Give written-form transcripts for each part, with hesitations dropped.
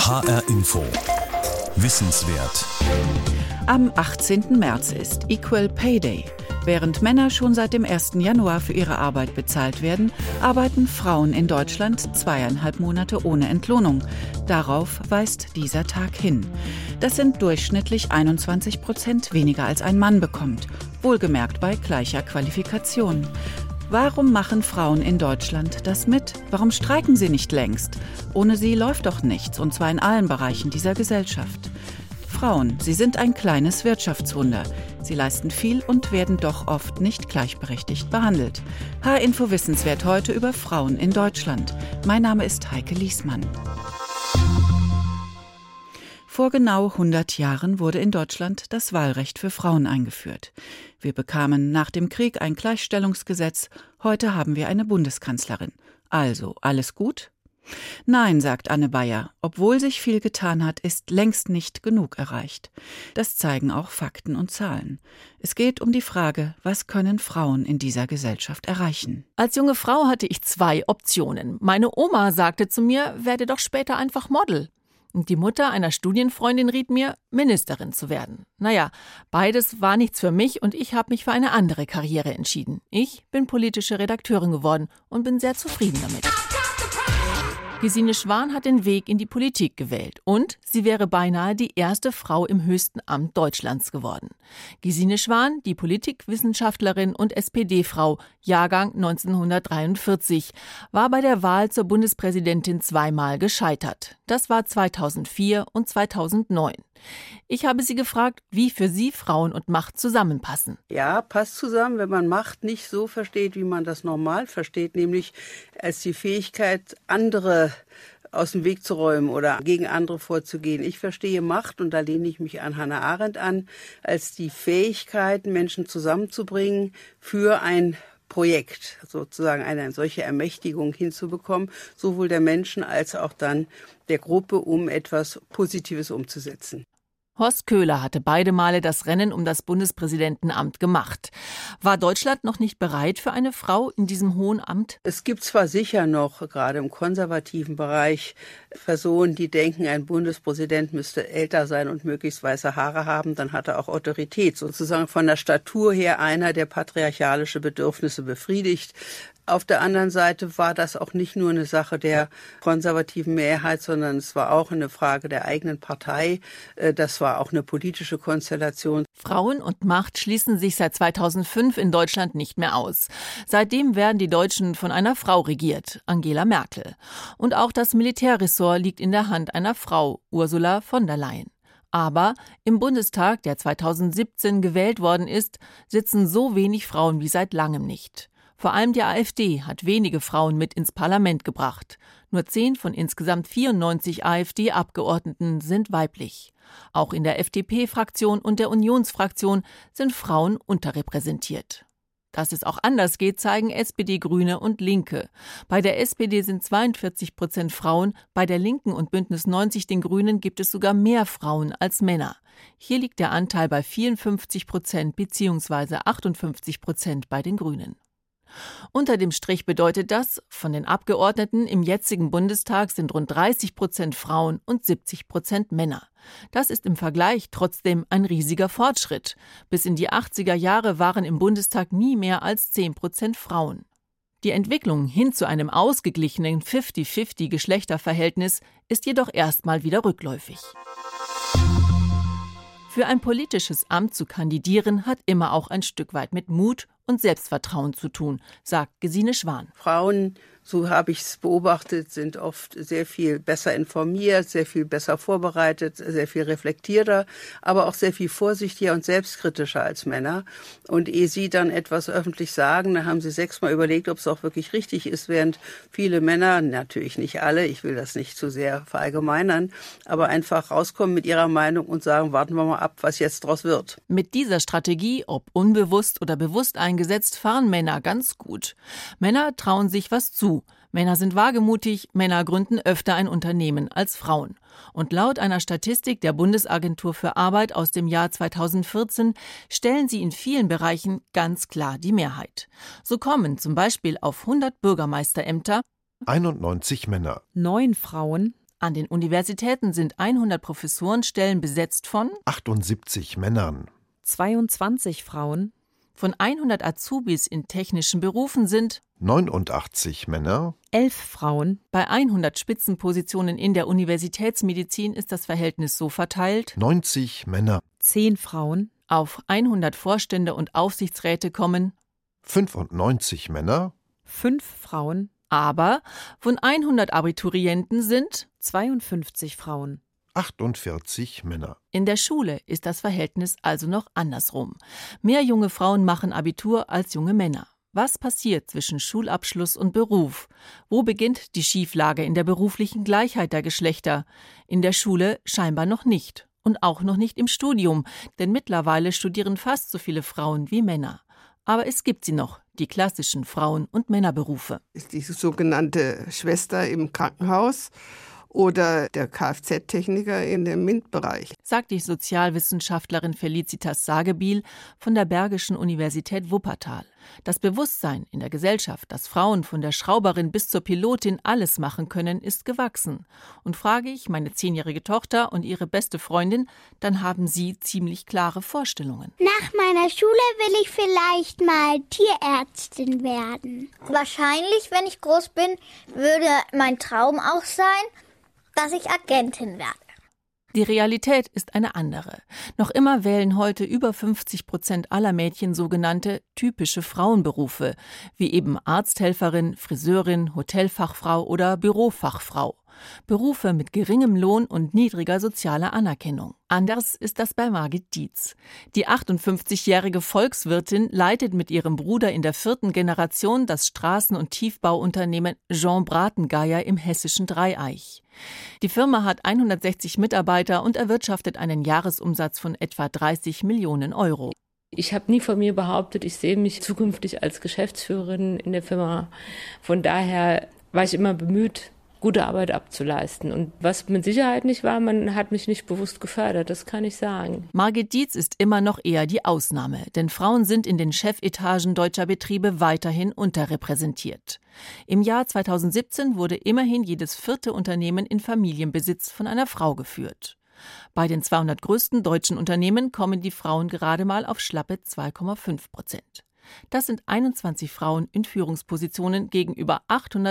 HR Info. Wissenswert. Am 18. März ist Equal Pay Day. Während Männer schon seit dem 1. Januar für ihre Arbeit bezahlt werden, arbeiten Frauen in Deutschland 2,5 Monate ohne Entlohnung. Darauf weist dieser Tag hin. Das sind durchschnittlich 21% weniger als ein Mann bekommt. Wohlgemerkt bei gleicher Qualifikation. Warum machen Frauen in Deutschland das mit? Warum streiken sie nicht längst? Ohne sie läuft doch nichts, und zwar in allen Bereichen dieser Gesellschaft. Frauen, sie sind ein kleines Wirtschaftswunder. Sie leisten viel und werden doch oft nicht gleichberechtigt behandelt. H-Info Wissenswert heute über Frauen in Deutschland. Mein Name ist Heike Liesmann. Vor genau 100 Jahren wurde in Deutschland das Wahlrecht für Frauen eingeführt. Wir bekamen nach dem Krieg ein Gleichstellungsgesetz. Heute haben wir eine Bundeskanzlerin. Also, alles gut? Nein, sagt Anne Bayer. Obwohl sich viel getan hat, ist längst nicht genug erreicht. Das zeigen auch Fakten und Zahlen. Es geht um die Frage, was können Frauen in dieser Gesellschaft erreichen? Als junge Frau hatte ich 2 Optionen. Meine Oma sagte zu mir, werde doch später einfach Model. Und die Mutter einer Studienfreundin riet mir, Ministerin zu werden. Naja, beides war nichts für mich und ich habe mich für eine andere Karriere entschieden. Ich bin politische Redakteurin geworden und bin sehr zufrieden damit. Gesine Schwan hat den Weg in die Politik gewählt und sie wäre beinahe die erste Frau im höchsten Amt Deutschlands geworden. Gesine Schwan, die Politikwissenschaftlerin und SPD-Frau, Jahrgang 1943, war bei der Wahl zur Bundespräsidentin 2-mal gescheitert. Das war 2004 und 2009. Ich habe sie gefragt, wie für sie Frauen und Macht zusammenpassen. Ja, passt zusammen, wenn man Macht nicht so versteht, wie man das normal versteht, nämlich als die Fähigkeit, andere aus dem Weg zu räumen oder gegen andere vorzugehen. Ich verstehe Macht, und da lehne ich mich an Hannah Arendt an, als die Fähigkeit, Menschen zusammenzubringen für ein Projekt, sozusagen eine solche Ermächtigung hinzubekommen, sowohl der Menschen als auch dann der Gruppe, um etwas Positives umzusetzen. Horst Köhler hatte beide Male das Rennen um das Bundespräsidentenamt gemacht. War Deutschland noch nicht bereit für eine Frau in diesem hohen Amt? Es gibt zwar sicher noch, gerade im konservativen Bereich, Personen, die denken, ein Bundespräsident müsste älter sein und möglichst weiße Haare haben, dann hat er auch Autorität. Sozusagen von der Statur her einer, der patriarchalische Bedürfnisse befriedigt. Auf der anderen Seite war das auch nicht nur eine Sache der konservativen Mehrheit, sondern es war auch eine Frage der eigenen Partei. Das war auch eine politische Konstellation. Frauen und Macht schließen sich seit 2005 in Deutschland nicht mehr aus. Seitdem werden die Deutschen von einer Frau regiert, Angela Merkel. Und auch das Militärressort liegt in der Hand einer Frau, Ursula von der Leyen. Aber im Bundestag, der 2017 gewählt worden ist, sitzen so wenig Frauen wie seit langem nicht. Vor allem die AfD hat wenige Frauen mit ins Parlament gebracht. Nur 10 von insgesamt 94 AfD-Abgeordneten sind weiblich. Auch in der FDP-Fraktion und der Unionsfraktion sind Frauen unterrepräsentiert. Dass es auch anders geht, zeigen SPD, Grüne und Linke. Bei der SPD sind 42% Frauen, bei der Linken und Bündnis 90 den Grünen gibt es sogar mehr Frauen als Männer. Hier liegt der Anteil bei 54% bzw. 58% bei den Grünen. Unter dem Strich bedeutet das, von den Abgeordneten im jetzigen Bundestag sind rund 30% Frauen und 70% Männer. Das ist im Vergleich trotzdem ein riesiger Fortschritt. Bis in die 80er Jahre waren im Bundestag nie mehr als 10% Frauen. Die Entwicklung hin zu einem ausgeglichenen 50-50 Geschlechterverhältnis ist jedoch erstmal wieder rückläufig. Für ein politisches Amt zu kandidieren, hat immer auch ein Stück weit mit Mut und Selbstvertrauen zu tun, sagt Gesine Schwan. Frauen, so habe ich es beobachtet, sind oft sehr viel besser informiert, sehr viel besser vorbereitet, sehr viel reflektierter, aber auch sehr viel vorsichtiger und selbstkritischer als Männer. Und ehe sie dann etwas öffentlich sagen, dann haben sie 6-mal überlegt, ob es auch wirklich richtig ist, während viele Männer, natürlich nicht alle, ich will das nicht zu sehr verallgemeinern, aber einfach rauskommen mit ihrer Meinung und sagen, warten wir mal ab, was jetzt draus wird. Mit dieser Strategie, ob unbewusst oder bewusst eingesetzt, fahren Männer ganz gut. Männer trauen sich was zu. Männer sind wagemutig, Männer gründen öfter ein Unternehmen als Frauen. Und laut einer Statistik der Bundesagentur für Arbeit aus dem Jahr 2014 stellen sie in vielen Bereichen ganz klar die Mehrheit. So kommen zum Beispiel auf 100 Bürgermeisterämter 91 Männer, 9 Frauen, An den Universitäten sind 100 Professorenstellen besetzt von 78 Männern. 22 Frauen. Von 100 Azubis in technischen Berufen sind 89 Männer. 11 Frauen. Bei 100 Spitzenpositionen in der Universitätsmedizin ist das Verhältnis so verteilt: 90 Männer. 10 Frauen. Auf 100 Vorstände und Aufsichtsräte kommen 95 Männer. 5 Frauen. aber von 100 Abiturienten sind 52 Frauen. 48 Männer. In der Schule ist das Verhältnis also noch andersrum. Mehr junge Frauen machen Abitur als junge Männer. Was passiert zwischen Schulabschluss und Beruf? Wo beginnt die Schieflage in der beruflichen Gleichheit der Geschlechter? In der Schule scheinbar noch nicht. Und auch noch nicht im Studium, denn mittlerweile studieren fast so viele Frauen wie Männer. Aber es gibt sie noch, die klassischen Frauen- und Männerberufe. Ist die sogenannte Schwester im Krankenhaus oder der Kfz-Techniker in dem MINT-Bereich. Sagt die Sozialwissenschaftlerin Felicitas Sagebiel von der Bergischen Universität Wuppertal. Das Bewusstsein in der Gesellschaft, dass Frauen von der Schrauberin bis zur Pilotin alles machen können, ist gewachsen. Und frage ich meine 10-jährige Tochter und ihre beste Freundin, dann haben sie ziemlich klare Vorstellungen. Nach meiner Schule will ich vielleicht mal Tierärztin werden. Wahrscheinlich, wenn ich groß bin, würde mein Traum auch sein, dass ich Agentin werde. Die Realität ist eine andere. Noch immer wählen heute über 50% aller Mädchen sogenannte typische Frauenberufe, wie eben Arzthelferin, Friseurin, Hotelfachfrau oder Bürofachfrau. Berufe mit geringem Lohn und niedriger sozialer Anerkennung. Anders ist das bei Margit Dietz. Die 58-jährige Volkswirtin leitet mit ihrem Bruder in der 4. Generation das Straßen- und Tiefbauunternehmen Jean Bratengeier im hessischen Dreieich. Die Firma hat 160 Mitarbeiter und erwirtschaftet einen Jahresumsatz von etwa 30 Millionen Euro. Ich habe nie von mir behauptet, ich sehe mich zukünftig als Geschäftsführerin in der Firma. Von daher war ich immer bemüht, gute Arbeit abzuleisten. Und was mit Sicherheit nicht war, man hat mich nicht bewusst gefördert, das kann ich sagen. Margit Dietz ist immer noch eher die Ausnahme, denn Frauen sind in den Chefetagen deutscher Betriebe weiterhin unterrepräsentiert. Im Jahr 2017 wurde immerhin jedes 4. Unternehmen in Familienbesitz von einer Frau geführt. Bei den 200 größten deutschen Unternehmen kommen die Frauen gerade mal auf schlappe 2,5%. Das sind 21 Frauen in Führungspositionen gegenüber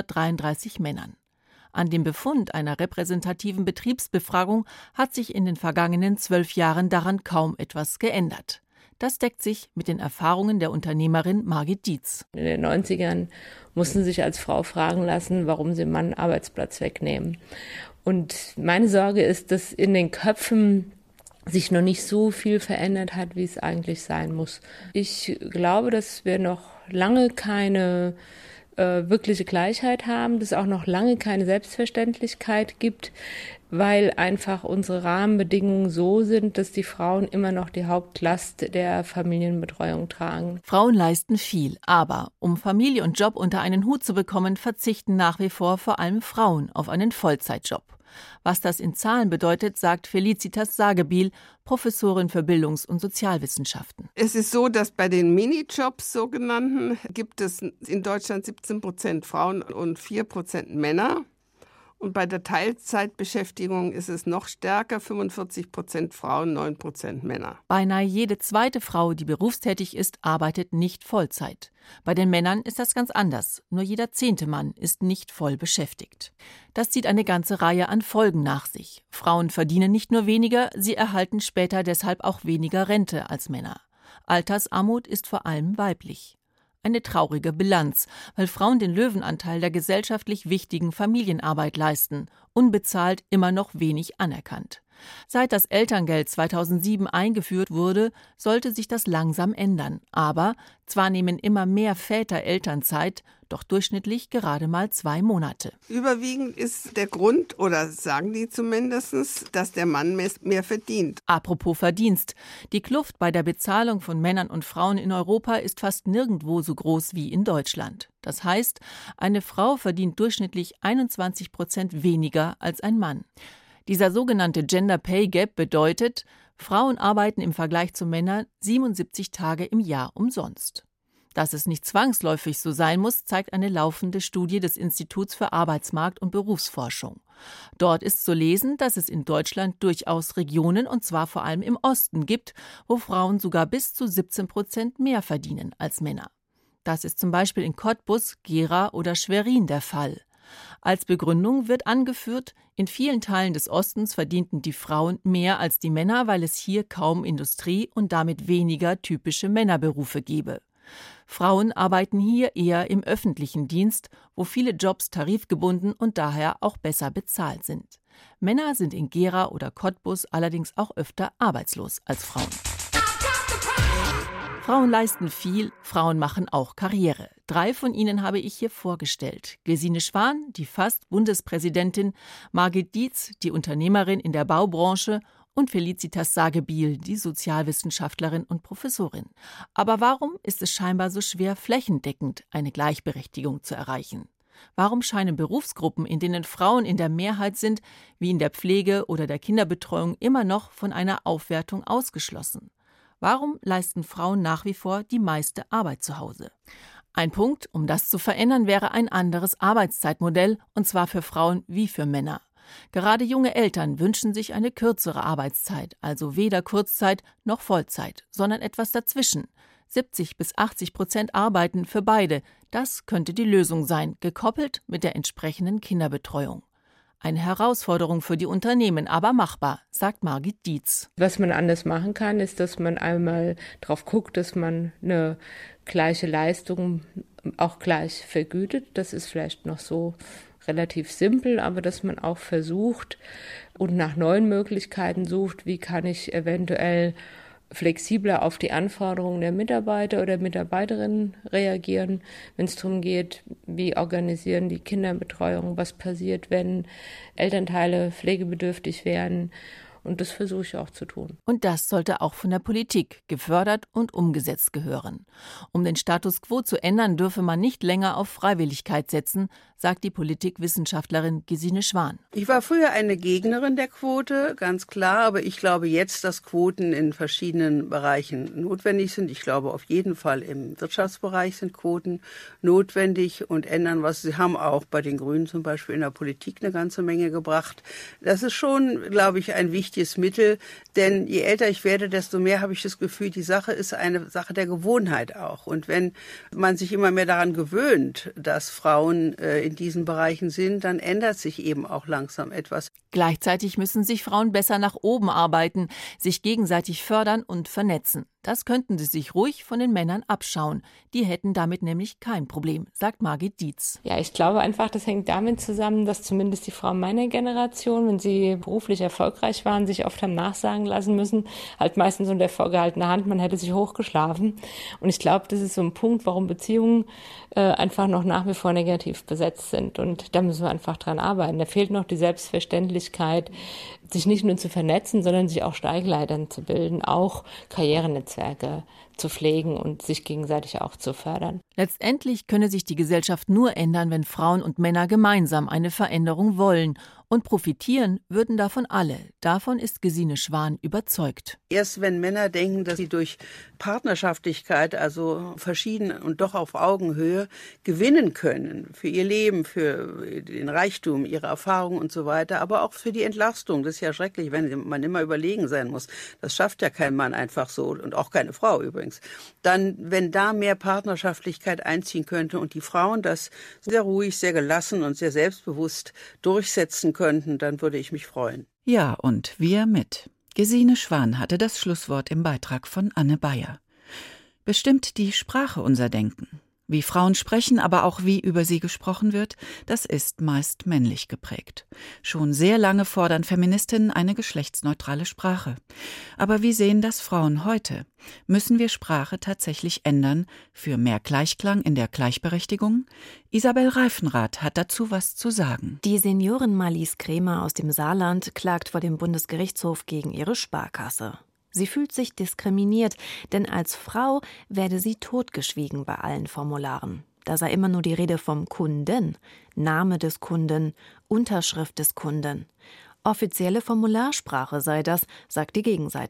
833 Männern. An dem Befund einer repräsentativen Betriebsbefragung hat sich in den vergangenen 12 Jahren daran kaum etwas geändert. Das deckt sich mit den Erfahrungen der Unternehmerin Margit Dietz. In den 90ern mussten sie sich als Frau fragen lassen, warum sie einen Mann einen Arbeitsplatz wegnehmen. Und meine Sorge ist, dass in den Köpfen sich noch nicht so viel verändert hat, wie es eigentlich sein muss. Ich glaube, dass wir noch lange keine wirkliche Gleichheit haben, dass es auch noch lange keine Selbstverständlichkeit gibt, weil einfach unsere Rahmenbedingungen so sind, dass die Frauen immer noch die Hauptlast der Familienbetreuung tragen. Frauen leisten viel, aber um Familie und Job unter einen Hut zu bekommen, verzichten nach wie vor allem Frauen auf einen Vollzeitjob. Was das in Zahlen bedeutet, sagt Felicitas Sagebiel, Professorin für Bildungs- und Sozialwissenschaften. Es ist so, dass bei den Minijobs sogenannten gibt es in Deutschland 17% Frauen und 4% Männer. Und bei der Teilzeitbeschäftigung ist es noch stärker, 45% Frauen, 9% Männer. Beinahe jede zweite Frau, die berufstätig ist, arbeitet nicht Vollzeit. Bei den Männern ist das ganz anders. Nur jeder 10. Mann ist nicht voll beschäftigt. Das zieht eine ganze Reihe an Folgen nach sich. Frauen verdienen nicht nur weniger, sie erhalten später deshalb auch weniger Rente als Männer. Altersarmut ist vor allem weiblich. Eine traurige Bilanz, weil Frauen den Löwenanteil der gesellschaftlich wichtigen Familienarbeit leisten, unbezahlt immer noch wenig anerkannt. Seit das Elterngeld 2007 eingeführt wurde, sollte sich das langsam ändern. Aber zwar nehmen immer mehr Väter Elternzeit, doch durchschnittlich gerade mal 2 Monate. Überwiegend ist der Grund, oder sagen die zumindest, dass der Mann mehr verdient. Apropos Verdienst. Die Kluft bei der Bezahlung von Männern und Frauen in Europa ist fast nirgendwo so groß wie in Deutschland. Das heißt, eine Frau verdient durchschnittlich 21% weniger als ein Mann. Dieser sogenannte Gender Pay Gap bedeutet, Frauen arbeiten im Vergleich zu Männern 77 Tage im Jahr umsonst. Dass es nicht zwangsläufig so sein muss, zeigt eine laufende Studie des Instituts für Arbeitsmarkt- und Berufsforschung. Dort ist zu lesen, dass es in Deutschland durchaus Regionen, und zwar vor allem im Osten, gibt, wo Frauen sogar bis zu 17% mehr verdienen als Männer. Das ist zum Beispiel in Cottbus, Gera oder Schwerin der Fall. Als Begründung wird angeführt, in vielen Teilen des Ostens verdienten die Frauen mehr als die Männer, weil es hier kaum Industrie und damit weniger typische Männerberufe gebe. Frauen arbeiten hier eher im öffentlichen Dienst, wo viele Jobs tarifgebunden und daher auch besser bezahlt sind. Männer sind in Gera oder Cottbus allerdings auch öfter arbeitslos als Frauen. Frauen leisten viel, Frauen machen auch Karriere. 3 von ihnen habe ich hier vorgestellt. Gesine Schwan, die fast Bundespräsidentin, Margit Dietz, die Unternehmerin in der Baubranche und Felicitas Sagebiel, die Sozialwissenschaftlerin und Professorin. Aber warum ist es scheinbar so schwer, flächendeckend eine Gleichberechtigung zu erreichen? Warum scheinen Berufsgruppen, in denen Frauen in der Mehrheit sind, wie in der Pflege oder der Kinderbetreuung, immer noch von einer Aufwertung ausgeschlossen? Warum leisten Frauen nach wie vor die meiste Arbeit zu Hause? Ein Punkt, um das zu verändern, wäre ein anderes Arbeitszeitmodell, und zwar für Frauen wie für Männer. Gerade junge Eltern wünschen sich eine kürzere Arbeitszeit, also weder Kurzzeit noch Vollzeit, sondern etwas dazwischen. 70-80% arbeiten für beide, das könnte die Lösung sein, gekoppelt mit der entsprechenden Kinderbetreuung. Eine Herausforderung für die Unternehmen, aber machbar, sagt Margit Dietz. Was man anders machen kann, ist, dass man einmal darauf guckt, dass man eine gleiche Leistung auch gleich vergütet. Das ist vielleicht noch so relativ simpel, aber dass man auch versucht und nach neuen Möglichkeiten sucht, wie kann ich eventuell flexibler auf die Anforderungen der Mitarbeiter oder Mitarbeiterinnen reagieren, wenn es darum geht, wie organisieren die Kinderbetreuung, was passiert, wenn Elternteile pflegebedürftig werden. Und das versuche ich auch zu tun. Und das sollte auch von der Politik gefördert und umgesetzt gehören. Um den Status quo zu ändern, dürfe man nicht länger auf Freiwilligkeit setzen, sagt die Politikwissenschaftlerin Gesine Schwan. Ich war früher eine Gegnerin der Quote, ganz klar, aber ich glaube jetzt, dass Quoten in verschiedenen Bereichen notwendig sind. Ich glaube auf jeden Fall im Wirtschaftsbereich sind Quoten notwendig und ändern was. Sie haben auch bei den Grünen zum Beispiel in der Politik eine ganze Menge gebracht. Das ist schon, glaube ich, ein wichtiges Mittel, denn je älter ich werde, desto mehr habe ich das Gefühl, die Sache ist eine Sache der Gewohnheit auch. Und wenn man sich immer mehr daran gewöhnt, dass Frauen in diesen Bereichen sind, dann ändert sich eben auch langsam etwas. Gleichzeitig müssen sich Frauen besser nach oben arbeiten, sich gegenseitig fördern und vernetzen. Das könnten sie sich ruhig von den Männern abschauen. Die hätten damit nämlich kein Problem, sagt Margit Dietz. Ja, ich glaube einfach, das hängt damit zusammen, dass zumindest die Frauen meiner Generation, wenn sie beruflich erfolgreich waren, sich oft haben nachsagen lassen müssen, halt meistens unter vorgehaltener Hand, man hätte sich hochgeschlafen. Und ich glaube, das ist so ein Punkt, warum Beziehungen einfach noch nach wie vor negativ besetzt sind. Und da müssen wir einfach dran arbeiten. Da fehlt noch die Selbstverständlichkeit, sich nicht nur zu vernetzen, sondern sich auch Steigleitern zu bilden, auch Karrierenetzwerke zu pflegen und sich gegenseitig auch zu fördern. Letztendlich könne sich die Gesellschaft nur ändern, wenn Frauen und Männer gemeinsam eine Veränderung wollen. Und profitieren würden davon alle. Davon ist Gesine Schwan überzeugt. Erst wenn Männer denken, dass sie durch Partnerschaftlichkeit, also verschieden und doch auf Augenhöhe, gewinnen können für ihr Leben, für den Reichtum, ihre Erfahrungen und so weiter, aber auch für die Entlastung. Das ist ja schrecklich, wenn man immer überlegen sein muss. Das schafft ja kein Mann einfach so und auch keine Frau übrigens. Dann, wenn da mehr Partnerschaftlichkeit einziehen könnte und die Frauen das sehr ruhig, sehr gelassen und sehr selbstbewusst durchsetzen könnten, dann würde ich mich freuen. Ja, und wir mit. Gesine Schwan hatte das Schlusswort im Beitrag von Anne Bayer. Bestimmt die Sprache unser Denken. Wie Frauen sprechen, aber auch wie über sie gesprochen wird, das ist meist männlich geprägt. Schon sehr lange fordern Feministinnen eine geschlechtsneutrale Sprache. Aber wie sehen das Frauen heute? Müssen wir Sprache tatsächlich ändern für mehr Gleichklang in der Gleichberechtigung? Isabel Reifenrath hat dazu was zu sagen. Die Seniorin Marlies Krämer aus dem Saarland klagt vor dem Bundesgerichtshof gegen ihre Sparkasse. Sie fühlt sich diskriminiert, denn als Frau werde sie totgeschwiegen bei allen Formularen. Da sei immer nur die Rede vom Kunden, Name des Kunden, Unterschrift des Kunden. Offizielle Formularsprache sei das, sagt die Gegenseite.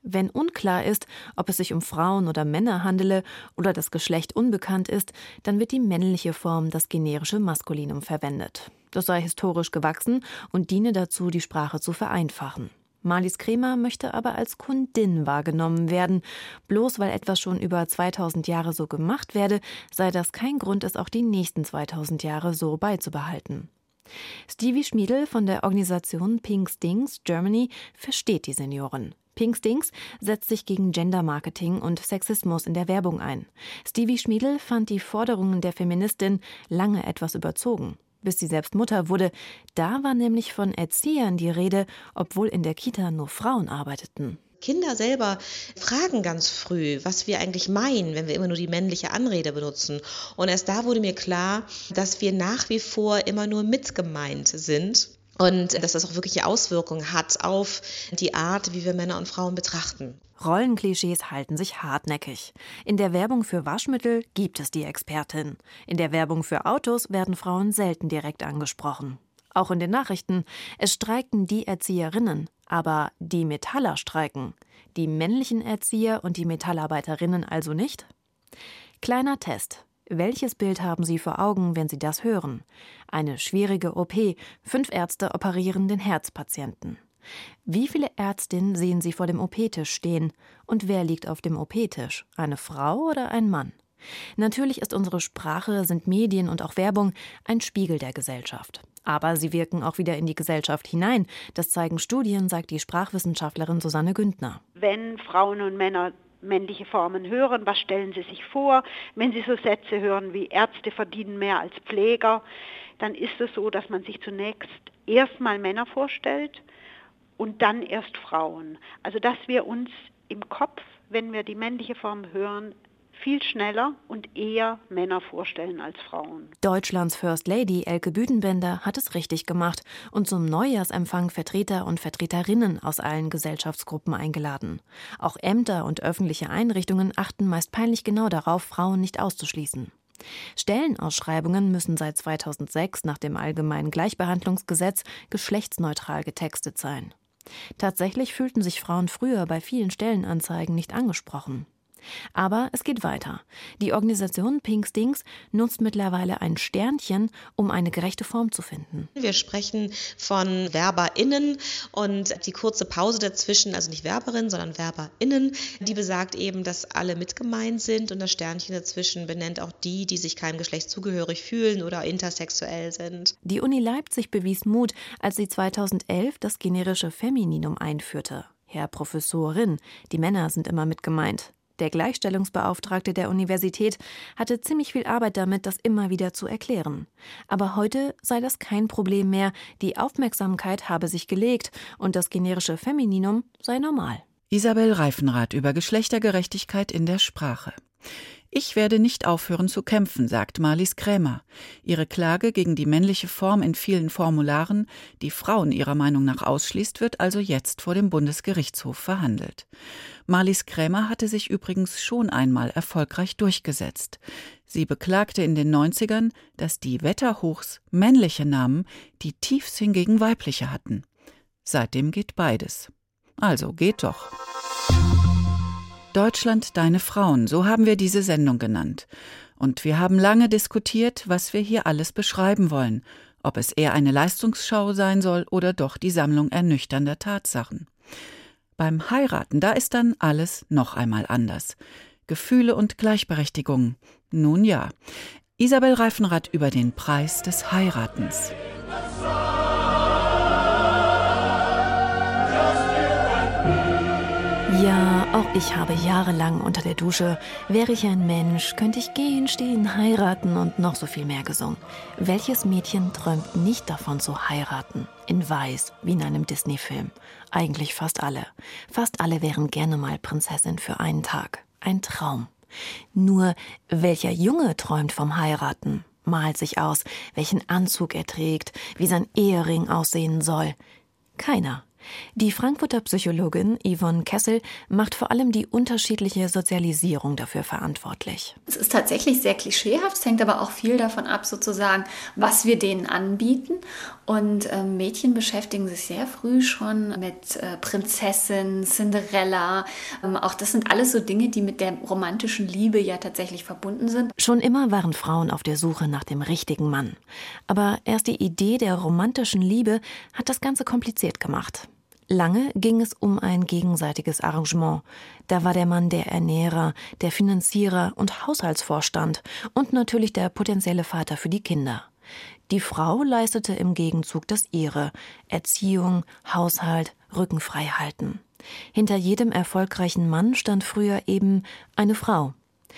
Wenn unklar ist, ob es sich um Frauen oder Männer handele oder das Geschlecht unbekannt ist, dann wird die männliche Form, das generische Maskulinum, verwendet. Das sei historisch gewachsen und diene dazu, die Sprache zu vereinfachen. Marlies Cremer möchte aber als Kundin wahrgenommen werden. Bloß weil etwas schon über 2000 Jahre so gemacht werde, sei das kein Grund, es auch die nächsten 2000 Jahre so beizubehalten. Stevie Schmiedl von der Organisation Pink Stings Germany versteht die Senioren. Pink Stings setzt sich gegen Gender-Marketing und Sexismus in der Werbung ein. Stevie Schmiedl fand die Forderungen der Feministin lange etwas überzogen. Bis sie selbst Mutter wurde, da war nämlich von Erziehern die Rede, obwohl in der Kita nur Frauen arbeiteten. Kinder selber fragen ganz früh, was wir eigentlich meinen, wenn wir immer nur die männliche Anrede benutzen. Und erst da wurde mir klar, dass wir nach wie vor immer nur mit gemeint sind. Und dass das auch wirkliche Auswirkungen hat auf die Art, wie wir Männer und Frauen betrachten. Rollenklischees halten sich hartnäckig. In der Werbung für Waschmittel gibt es die Expertin. In der Werbung für Autos werden Frauen selten direkt angesprochen. Auch in den Nachrichten. Es streikten die Erzieherinnen, aber die Metaller streiken. Die männlichen Erzieher und die Metallarbeiterinnen also nicht? Kleiner Test. Welches Bild haben Sie vor Augen, wenn Sie das hören? Eine schwierige OP. 5 Ärzte operieren den Herzpatienten. Wie viele Ärztinnen sehen Sie vor dem OP-Tisch stehen? Und wer liegt auf dem OP-Tisch? Eine Frau oder ein Mann? Natürlich ist unsere Sprache, sind Medien und auch Werbung ein Spiegel der Gesellschaft. Aber sie wirken auch wieder in die Gesellschaft hinein. Das zeigen Studien, sagt die Sprachwissenschaftlerin Susanne Güntner. Wenn Frauen und Männer männliche Formen hören, was stellen sie sich vor? Wenn sie so Sätze hören wie Ärzte verdienen mehr als Pfleger, dann ist es so, dass man sich zunächst erstmal Männer vorstellt und dann erst Frauen. Also dass wir uns im Kopf, wenn wir die männliche Form hören, viel schneller und eher Männer vorstellen als Frauen. Deutschlands First Lady Elke Büdenbender hat es richtig gemacht und zum Neujahrsempfang Vertreter und Vertreterinnen aus allen Gesellschaftsgruppen eingeladen. Auch Ämter und öffentliche Einrichtungen achten meist peinlich genau darauf, Frauen nicht auszuschließen. Stellenausschreibungen müssen seit 2006 nach dem Allgemeinen Gleichbehandlungsgesetz geschlechtsneutral getextet sein. Tatsächlich fühlten sich Frauen früher bei vielen Stellenanzeigen nicht angesprochen. Aber es geht weiter. Die Organisation Pink Stings nutzt mittlerweile ein Sternchen, um eine gerechte Form zu finden. Wir sprechen von VerberInnen und die kurze Pause dazwischen, also nicht Werberinnen, sondern VerberInnen, die besagt eben, dass alle mit gemeint sind und das Sternchen dazwischen benennt auch die, die sich keinem Geschlecht zugehörig fühlen oder intersexuell sind. Die Uni Leipzig bewies Mut, als sie 2011 das generische Femininum einführte. Herr Professorin, die Männer sind immer mit gemeint. Der Gleichstellungsbeauftragte der Universität hatte ziemlich viel Arbeit damit, das immer wieder zu erklären. Aber heute sei das kein Problem mehr, die Aufmerksamkeit habe sich gelegt und das generische Femininum sei normal. Isabel Reifenrath über Geschlechtergerechtigkeit in der Sprache. Ich werde nicht aufhören zu kämpfen, sagt Marlies Cremer. Ihre Klage gegen die männliche Form in vielen Formularen, die Frauen ihrer Meinung nach ausschließt, wird also jetzt vor dem Bundesgerichtshof verhandelt. Marlies Cremer hatte sich übrigens schon einmal erfolgreich durchgesetzt. Sie beklagte in den 90ern, dass die Wetterhochs männliche Namen die Tiefs hingegen weibliche hatten. Seitdem geht beides. Also geht doch. Deutschland, deine Frauen, so haben wir diese Sendung genannt. Und wir haben lange diskutiert, was wir hier alles beschreiben wollen, ob es eher eine Leistungsschau sein soll oder doch die Sammlung ernüchternder Tatsachen. Beim Heiraten, da ist dann alles noch einmal anders. Gefühle und Gleichberechtigung. Nun ja. Isabel Reifenrath über den Preis des Heiratens. Ja, auch ich habe jahrelang unter der Dusche, wäre ich ein Mensch, könnte ich gehen, stehen, heiraten und noch so viel mehr gesungen. Welches Mädchen träumt nicht davon zu heiraten? In Weiß, wie in einem Disney-Film. Eigentlich fast alle. Fast alle wären gerne mal Prinzessin für einen Tag. Ein Traum. Nur, welcher Junge träumt vom Heiraten? Malt sich aus, welchen Anzug er trägt, wie sein Ehering aussehen soll. Keiner. Die Frankfurter Psychologin Yvonne Kessel macht vor allem die unterschiedliche Sozialisierung dafür verantwortlich. Es ist tatsächlich sehr klischeehaft, es hängt aber auch viel davon ab, sozusagen, was wir denen anbieten. Und Mädchen beschäftigen sich sehr früh schon mit Prinzessin, Cinderella. Auch das sind alles so Dinge, die mit der romantischen Liebe ja tatsächlich verbunden sind. Schon immer waren Frauen auf der Suche nach dem richtigen Mann. Aber erst die Idee der romantischen Liebe hat das Ganze kompliziert gemacht. Lange ging es um ein gegenseitiges Arrangement. Da war der Mann der Ernährer, der Finanzierer und Haushaltsvorstand und natürlich der potenzielle Vater für die Kinder. Die Frau leistete im Gegenzug das ihre: Erziehung, Haushalt, Rücken frei halten. Hinter jedem erfolgreichen Mann stand früher eben eine Frau.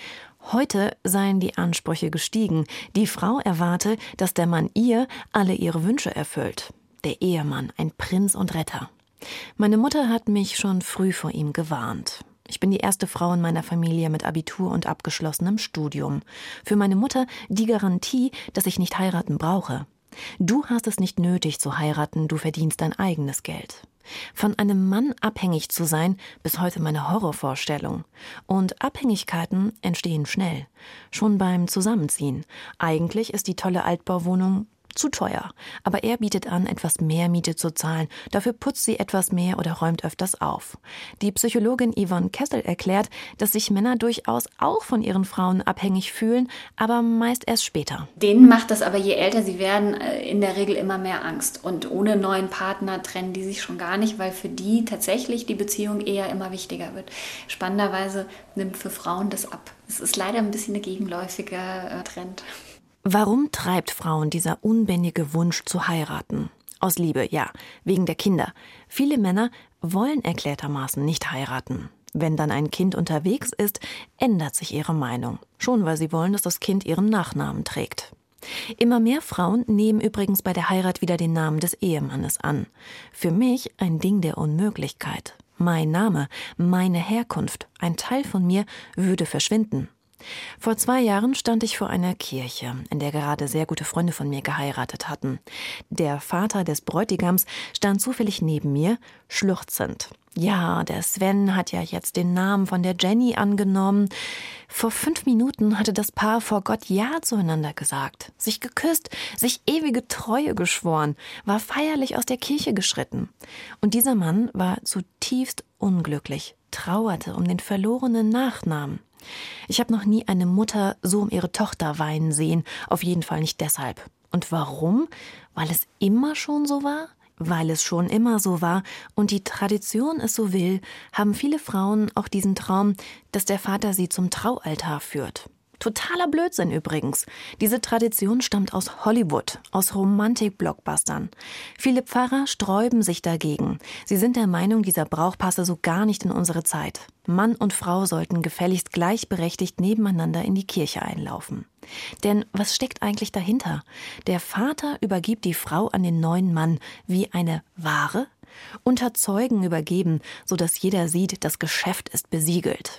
Heute seien die Ansprüche gestiegen. Die Frau erwarte, dass der Mann ihr alle ihre Wünsche erfüllt. Der Ehemann, ein Prinz und Retter. Meine Mutter hat mich schon früh vor ihm gewarnt. Ich bin die erste Frau in meiner Familie mit Abitur und abgeschlossenem Studium. Für meine Mutter die Garantie, dass ich nicht heiraten brauche. Du hast es nicht nötig zu heiraten, du verdienst dein eigenes Geld. Von einem Mann abhängig zu sein, bis heute meine Horrorvorstellung. Und Abhängigkeiten entstehen schnell. Schon beim Zusammenziehen. Eigentlich ist die tolle Altbauwohnung zu teuer. Aber er bietet an, etwas mehr Miete zu zahlen. Dafür putzt sie etwas mehr oder räumt öfters auf. Die Psychologin Yvonne Kessel erklärt, dass sich Männer durchaus auch von ihren Frauen abhängig fühlen, aber meist erst später. Denen macht das aber, je älter sie werden, in der Regel immer mehr Angst. Und ohne neuen Partner trennen die sich schon gar nicht, weil für die tatsächlich die Beziehung eher immer wichtiger wird. Spannenderweise nimmt für Frauen das ab. Es ist leider ein bisschen ein gegenläufiger Trend. Warum treibt Frauen dieser unbändige Wunsch zu heiraten? Aus Liebe, ja, wegen der Kinder. Viele Männer wollen erklärtermaßen nicht heiraten. Wenn dann ein Kind unterwegs ist, ändert sich ihre Meinung. Schon weil sie wollen, dass das Kind ihren Nachnamen trägt. Immer mehr Frauen nehmen übrigens bei der Heirat wieder den Namen des Ehemannes an. Für mich ein Ding der Unmöglichkeit. Mein Name, meine Herkunft, ein Teil von mir würde verschwinden. Vor 2 Jahren stand ich vor einer Kirche, in der gerade sehr gute Freunde von mir geheiratet hatten. Der Vater des Bräutigams stand zufällig neben mir, schluchzend. Ja, der Sven hat ja jetzt den Namen von der Jenny angenommen. Vor 5 Minuten hatte das Paar vor Gott Ja zueinander gesagt, sich geküsst, sich ewige Treue geschworen, war feierlich aus der Kirche geschritten. Und dieser Mann war zutiefst unglücklich, trauerte um den verlorenen Nachnamen. Ich habe noch nie eine Mutter so um ihre Tochter weinen sehen, auf jeden Fall nicht deshalb. Und warum? Weil es immer schon so war? Weil es schon immer so war und die Tradition es so will, haben viele Frauen auch diesen Traum, dass der Vater sie zum Traualtar führt. Totaler Blödsinn übrigens. Diese Tradition stammt aus Hollywood, aus Romantik-Blockbustern. Viele Pfarrer sträuben sich dagegen. Sie sind der Meinung, dieser Brauch passe so gar nicht in unsere Zeit. Mann und Frau sollten gefälligst gleichberechtigt nebeneinander in die Kirche einlaufen. Denn was steckt eigentlich dahinter? Der Vater übergibt die Frau an den neuen Mann wie eine Ware? Unter Zeugen übergeben, sodass jeder sieht, das Geschäft ist besiegelt.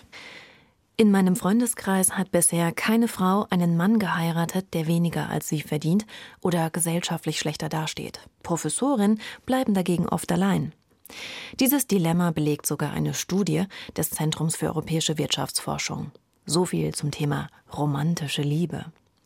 In meinem Freundeskreis hat bisher keine Frau einen Mann geheiratet, der weniger als sie verdient oder gesellschaftlich schlechter dasteht. Professorinnen bleiben dagegen oft allein. Dieses Dilemma belegt sogar eine Studie des Zentrums für europäische Wirtschaftsforschung. So viel zum Thema romantische Liebe.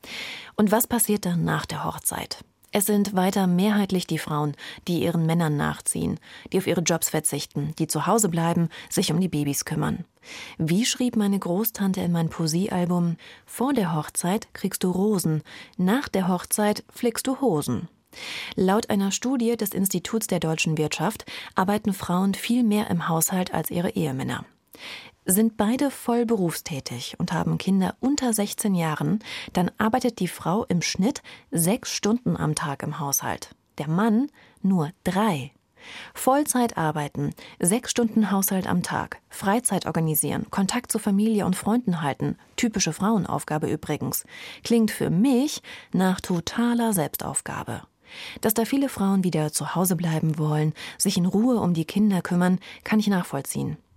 Und was passiert dann nach der Hochzeit? Es sind weiter mehrheitlich die Frauen, die ihren Männern nachziehen, die auf ihre Jobs verzichten, die zu Hause bleiben, sich um die Babys kümmern. Wie schrieb meine Großtante in mein Poesiealbum: Vor der Hochzeit kriegst du Rosen, nach der Hochzeit flickst du Hosen. Laut einer Studie des Instituts der deutschen Wirtschaft arbeiten Frauen viel mehr im Haushalt als ihre Ehemänner. Sind beide voll berufstätig und haben Kinder unter 16 Jahren, dann arbeitet die Frau im Schnitt 6 Stunden am Tag im Haushalt. Der Mann nur 3. Vollzeit arbeiten, 6 Stunden Haushalt am Tag, Freizeit organisieren, Kontakt zu Familie und Freunden halten, typische Frauenaufgabe übrigens, klingt für mich nach totaler Selbstaufgabe. Dass da viele Frauen wieder zu Hause bleiben wollen, sich in Ruhe um die Kinder kümmern, kann ich nachvollziehen.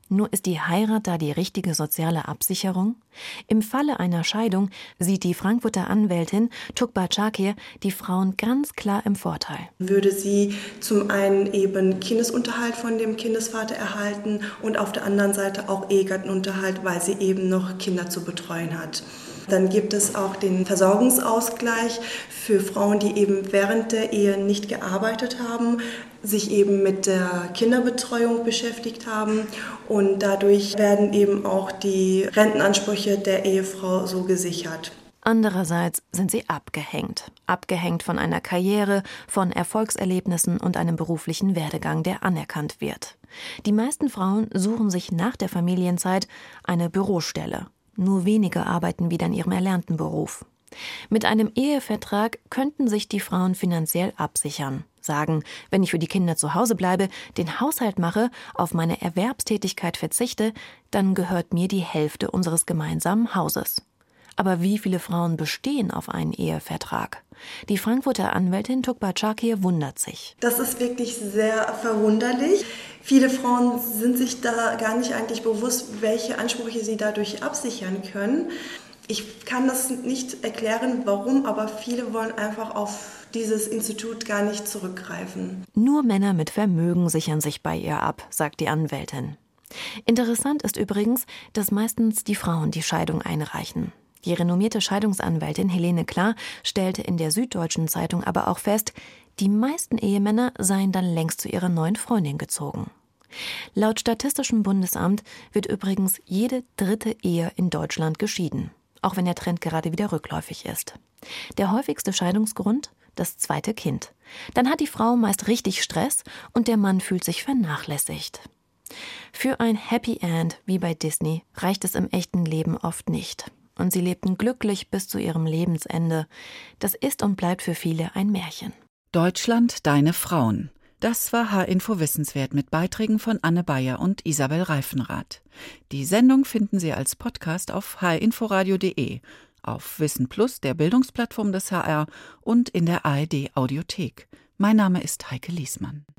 Nur ist die Heirat da die richtige soziale Absicherung? Im Falle einer Scheidung sieht die Frankfurter Anwältin Tuğba Çakır die Frauen ganz klar im Vorteil. Würde sie zum einen eben Kindesunterhalt von dem Kindesvater erhalten und auf der anderen Seite auch Ehegattenunterhalt, weil sie eben noch Kinder zu betreuen hat. Dann gibt es auch den Versorgungsausgleich für Frauen, die eben während der Ehe nicht gearbeitet haben, sich eben mit der Kinderbetreuung beschäftigt haben und dadurch werden eben auch die Rentenansprüche der Ehefrau so gesichert. Andererseits sind sie abgehängt. Abgehängt von einer Karriere, von Erfolgserlebnissen und einem beruflichen Werdegang, der anerkannt wird. Die meisten Frauen suchen sich nach der Familienzeit eine Bürostelle. Nur wenige arbeiten wieder in ihrem erlernten Beruf. Mit einem Ehevertrag könnten sich die Frauen finanziell absichern. Sagen, wenn ich für die Kinder zu Hause bleibe, den Haushalt mache, auf meine Erwerbstätigkeit verzichte, dann gehört mir die Hälfte unseres gemeinsamen Hauses. Aber wie viele Frauen bestehen auf einen Ehevertrag? Die Frankfurter Anwältin Tuğba Çakır wundert sich. Das ist wirklich sehr verwunderlich. Viele Frauen sind sich da gar nicht eigentlich bewusst, welche Ansprüche sie dadurch absichern können. Ich kann das nicht erklären, warum, aber viele wollen einfach auf dieses Institut gar nicht zurückgreifen. Nur Männer mit Vermögen sichern sich bei ihr ab, sagt die Anwältin. Interessant ist übrigens, dass meistens die Frauen die Scheidung einreichen. Die renommierte Scheidungsanwältin Helene Klar stellte in der Süddeutschen Zeitung aber auch fest, die meisten Ehemänner seien dann längst zu ihrer neuen Freundin gezogen. Laut Statistischem Bundesamt wird übrigens jede 3. Ehe in Deutschland geschieden, auch wenn der Trend gerade wieder rückläufig ist. Der häufigste Scheidungsgrund? Das 2. Kind. Dann hat die Frau meist richtig Stress und der Mann fühlt sich vernachlässigt. Für ein Happy End wie bei Disney reicht es im echten Leben oft nicht. Und sie lebten glücklich bis zu ihrem Lebensende. Das ist und bleibt für viele ein Märchen. Deutschland, deine Frauen. Das war H-Info Wissenswert mit Beiträgen von Anne Bayer und Isabel Reifenrath. Die Sendung finden Sie als Podcast auf hinforadio.de, auf Wissen Plus, der Bildungsplattform des HR und in der ARD Audiothek. Mein Name ist Heike Liesmann.